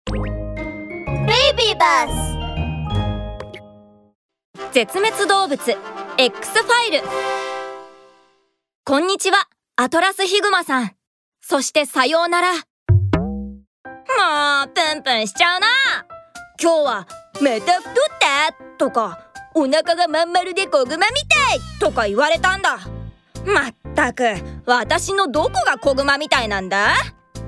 ベイビーバス。絶滅動物 X ファイル。こんにちは、アトラスヒグマさん。そしてさようなら。もうプンプンしちゃうな。今日はまた太ったとか、お腹がまん丸で子グマみたいとか言われたんだ。まったく、私のどこが子グマみたいなんだ？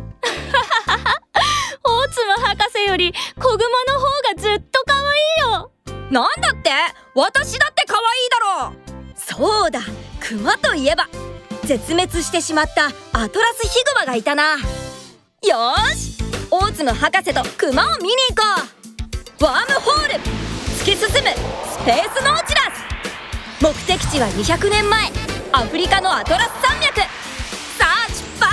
大妻博士より子グマの方がずっと可愛いよ。 なんだって？私だって可愛いだろ。そうだ、クマといえば絶滅してしまったアトラスヒグマがいたな。よーし、大妻博士とクマを見に行こう。ワームホール、突き進むスペースノーチラス。目的地は200年前、アフリカのアトラス山脈。さあ出発。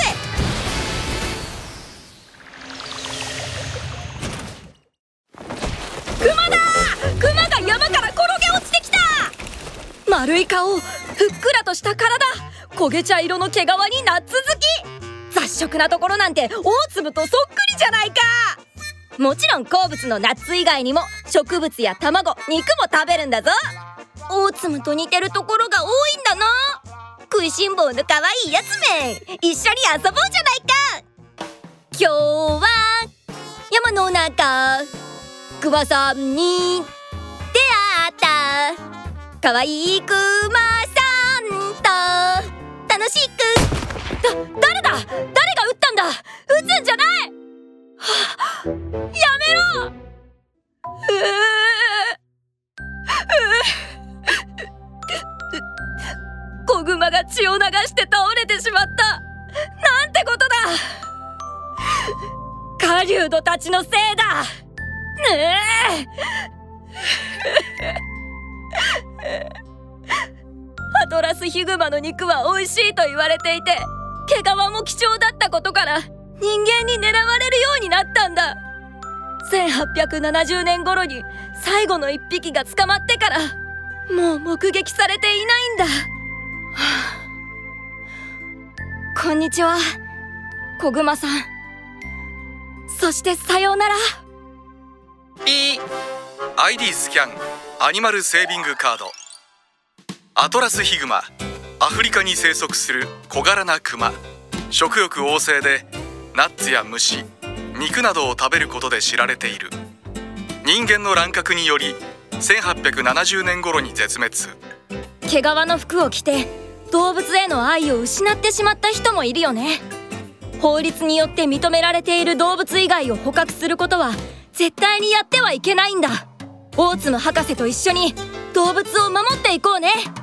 クマだー！クマが山から転げ落ちてきた。丸い顔、ふっくらとした体、焦げ茶色の毛皮にナッツ好き。雑食なところなんて大粒とそっくりじゃないか。もちろん好物のナッツ以外にも植物や卵、肉も食べるんだぞ。大粒と似てるところが多いんだな。食いしん坊の可愛いやつめ、一緒に遊ぼうじゃないか。今日は山の中、クマさんに出会った。可愛いクマさんと楽しく。誰だ？誰が撃ったんだ？撃つんじゃない！やめろ！子グマが血を流して倒れてしまった。なんてことだ！狩人たちのせいだ！アトラスヒグマの肉は美味しいと言われていて、毛皮も貴重だったことから人間に狙われるようになったんだ。1870年頃に最後の一匹が捕まってからもう目撃されていないんだ。こんにちは、子グマさん。そしてさようなら。 ID スキャンアニマルセービングカード。アトラスヒグマ、アフリカに生息する小柄なクマ。食欲旺盛でナッツや虫、肉などを食べることで知られている。人間の乱獲により1870年頃に絶滅。 毛皮の服を着て動物への愛を失ってしまった人もいるよね。法律によって認められている動物以外を捕獲することは絶対にやってはいけないんだ。大妻博士と一緒に動物を守っていこうね。